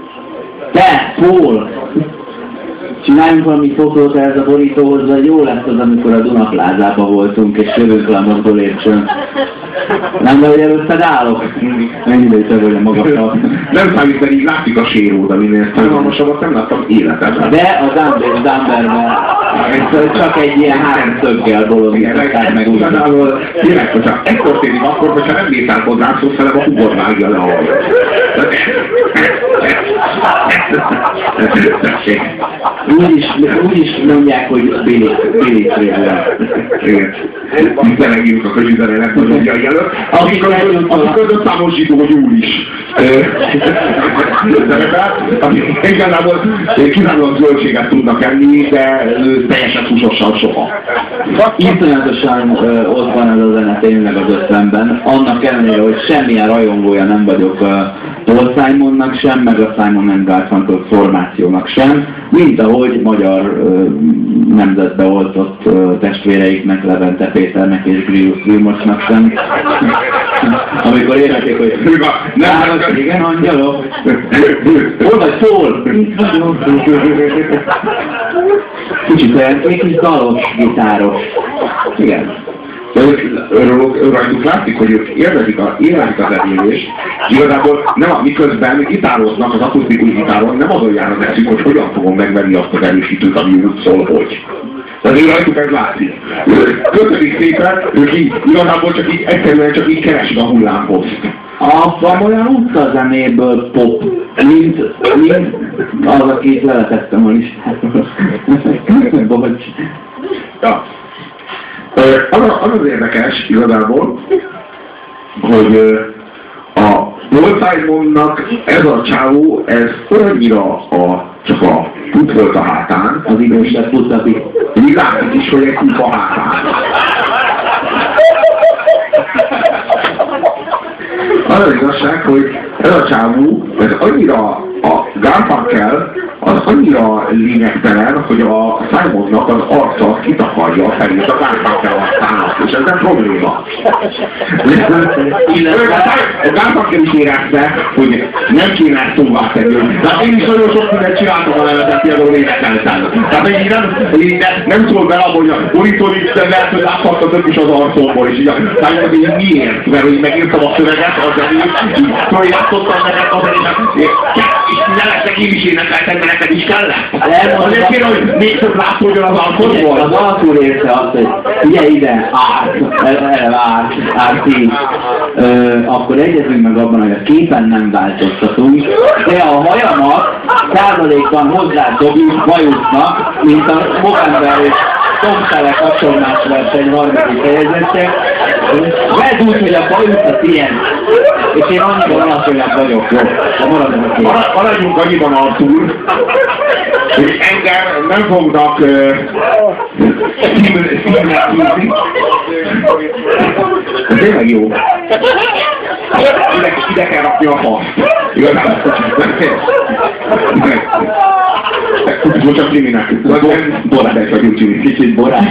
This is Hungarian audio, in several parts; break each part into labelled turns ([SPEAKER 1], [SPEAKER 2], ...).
[SPEAKER 1] Te, Paul! Csináljunk valami fotót ez a borítóhoz, vagy jó lesz az, amikor a Duna plázában voltunk, és jövünk le a mozdul lépcsőn. Nem, de hogy előtted állok? Mennyire is vagy a magasabb.
[SPEAKER 2] Nem számít, mert így látszik a séród, aminél szánalmasabbat nem láttam életemben.
[SPEAKER 1] De a Dumberben csak egy ilyen háromszöggel bolondították meg úgy.
[SPEAKER 2] Igazából tényleg, hogyha ez történik akkor, hogyha nem mészál hozzám, szó felem a hugod vágja le a hajat.
[SPEAKER 1] Úgy is mondják, hogy Billy Trailer.
[SPEAKER 2] Igen. Üzenegünk a közüzenének nagyobbjai előtt. Akik között számosító, hogy úr is. Akik igazából kiválóan zöldséget tudnak enni, de teljesen húsosan soha.
[SPEAKER 1] Iszonyatosan ott van ez a zene tényleg az ötvenben. Annak ellenére, hogy semmilyen rajongója nem vagyok Paul Simonnak sem, meg a Simon & Garfunkel formációnak sem, mint ahogy magyar nemzetbe oltott testvéreiknek, Levente Péternek és Grius Vilmosnak sem. Amikor érhetik, hogy nálam, igen, angyalok. Hol vagy, Paul? Itt vagyok. Kicsit olyan, egy kis dalos, gitáros. Igen.
[SPEAKER 2] Rajtuk látszik, hogy ők élvezik a zenélést, igazából nem, miközben gitároznak az akusztikus gitáron, nem azon jár az eszük, hogy hogyan fogom megvenni azt az erősítőt, ami úgy szól, hogy. Azért rajtuk ez látszik. Köszönik szépen, ők így, igazából egyszerűen csak így keresik a hullámhozt.
[SPEAKER 1] Van olyan utcazenéből pop, mint az, akit leletettem a listáról. Bocs.
[SPEAKER 2] Ja. Az érdekes igazából, hogy a Paul Simonnak ez a csávó, ez olyannyira csak a kút volt a hátán,
[SPEAKER 1] az idősebb tudatik.
[SPEAKER 2] így látszik is, hogy egy kút a hátán. Az az igazság, hogy ez a csávó, ez annyira a Garfunkel, az annyira lényegtelen, hogy a Simonnak az arca kitakarja a felét a Garfunkel arcának, és ez nem probléma. A Garfunkel is érezte, hogy nem kéne ezt szóvá tenni. De én is nagyon sok mindent csináltam a levetet, például énekeltem. Tehát így nem szól bele, hogy a borítón is lehet, hogy átszaktatok is az arcomból, és így a Simon, hogy miért? Mert hogy megírtam a szöveget, az így följátszottam neked az és ne lesznek én is énekeltem, mert neked is kellett. Azért kéne, hogy még több látszódjon az arcodból.
[SPEAKER 1] Az alkú része az, hogy ugye ide, Árti, akkor egyezünk meg abban, hogy a képen nem változtatunk, de a hajamat százalékban hozzádobjuk Bajusznak, mint a Movember és Tomtele kapcsolmás verseny harmadik fejezettek. Vedd úgy, hogy a Bajusz a tiéd, és én annyira alacsonyabb vagyok, jó?
[SPEAKER 2] Maradjunk annyiban, Artúr, hogy engem nem fognak színnek hívni. Ez tényleg jó. Ide kell rakni a faszt. Igazából. Most Jiminek. Borát vagyunk, Jimmy. Kicsit borát.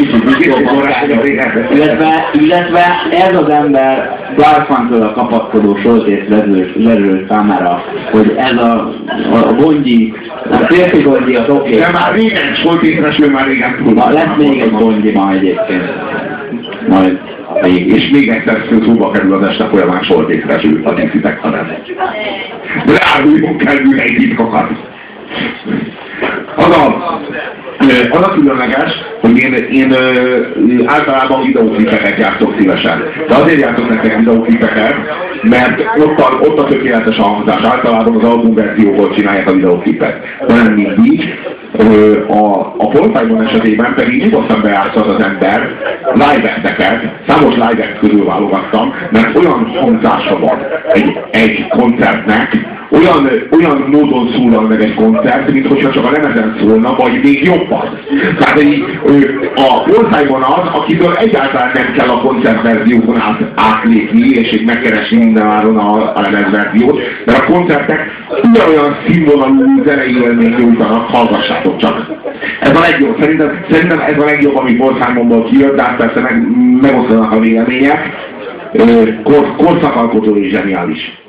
[SPEAKER 1] Illetve ez az ember Garfunkel kapaszkodó soltész vezérő számára, hogy ez a bongyi, a férfi bongyi az oké.
[SPEAKER 2] De már régen soltészreső, már régen túl.
[SPEAKER 1] Lesz még egy bongyi ma egyébként. Majd.
[SPEAKER 2] És még egyszer szóba kerül az este folyamán soltészreső, a Dixie a nem. De áruljunk kell egy titkokat. Az a különleges, hogy én általában videóklipeket játszok szívesen. De azért játszok nekem videóklipeket, mert ott a tökéletes a hangzás. Általában az albumverzióból csinálják a videóklipet. De nem mindig. A Paul Simon esetében pedig nyugodtan bejátszott az ember live-eteket, számos live-et közül válogattam, mert olyan hangzása van egy koncertnek, olyan módon szólal meg egy koncert, mint hogyha csak a lemezen szólna, vagy még jobban. Tehát a Paul Simon az, akitől egyáltalán nem kell a koncertverziókon átlépni, és így megkeresni mindenáron a lemezverziót, mert a koncertek olyan színvonalú zenei élményt nyújtanak, hallgassátok csak. Ez a legjobb. Szerintem ez a legjobb, ami Paul Simonból kijött, de persze megosztanak a vélemények. Korszakalkotó és zseniális.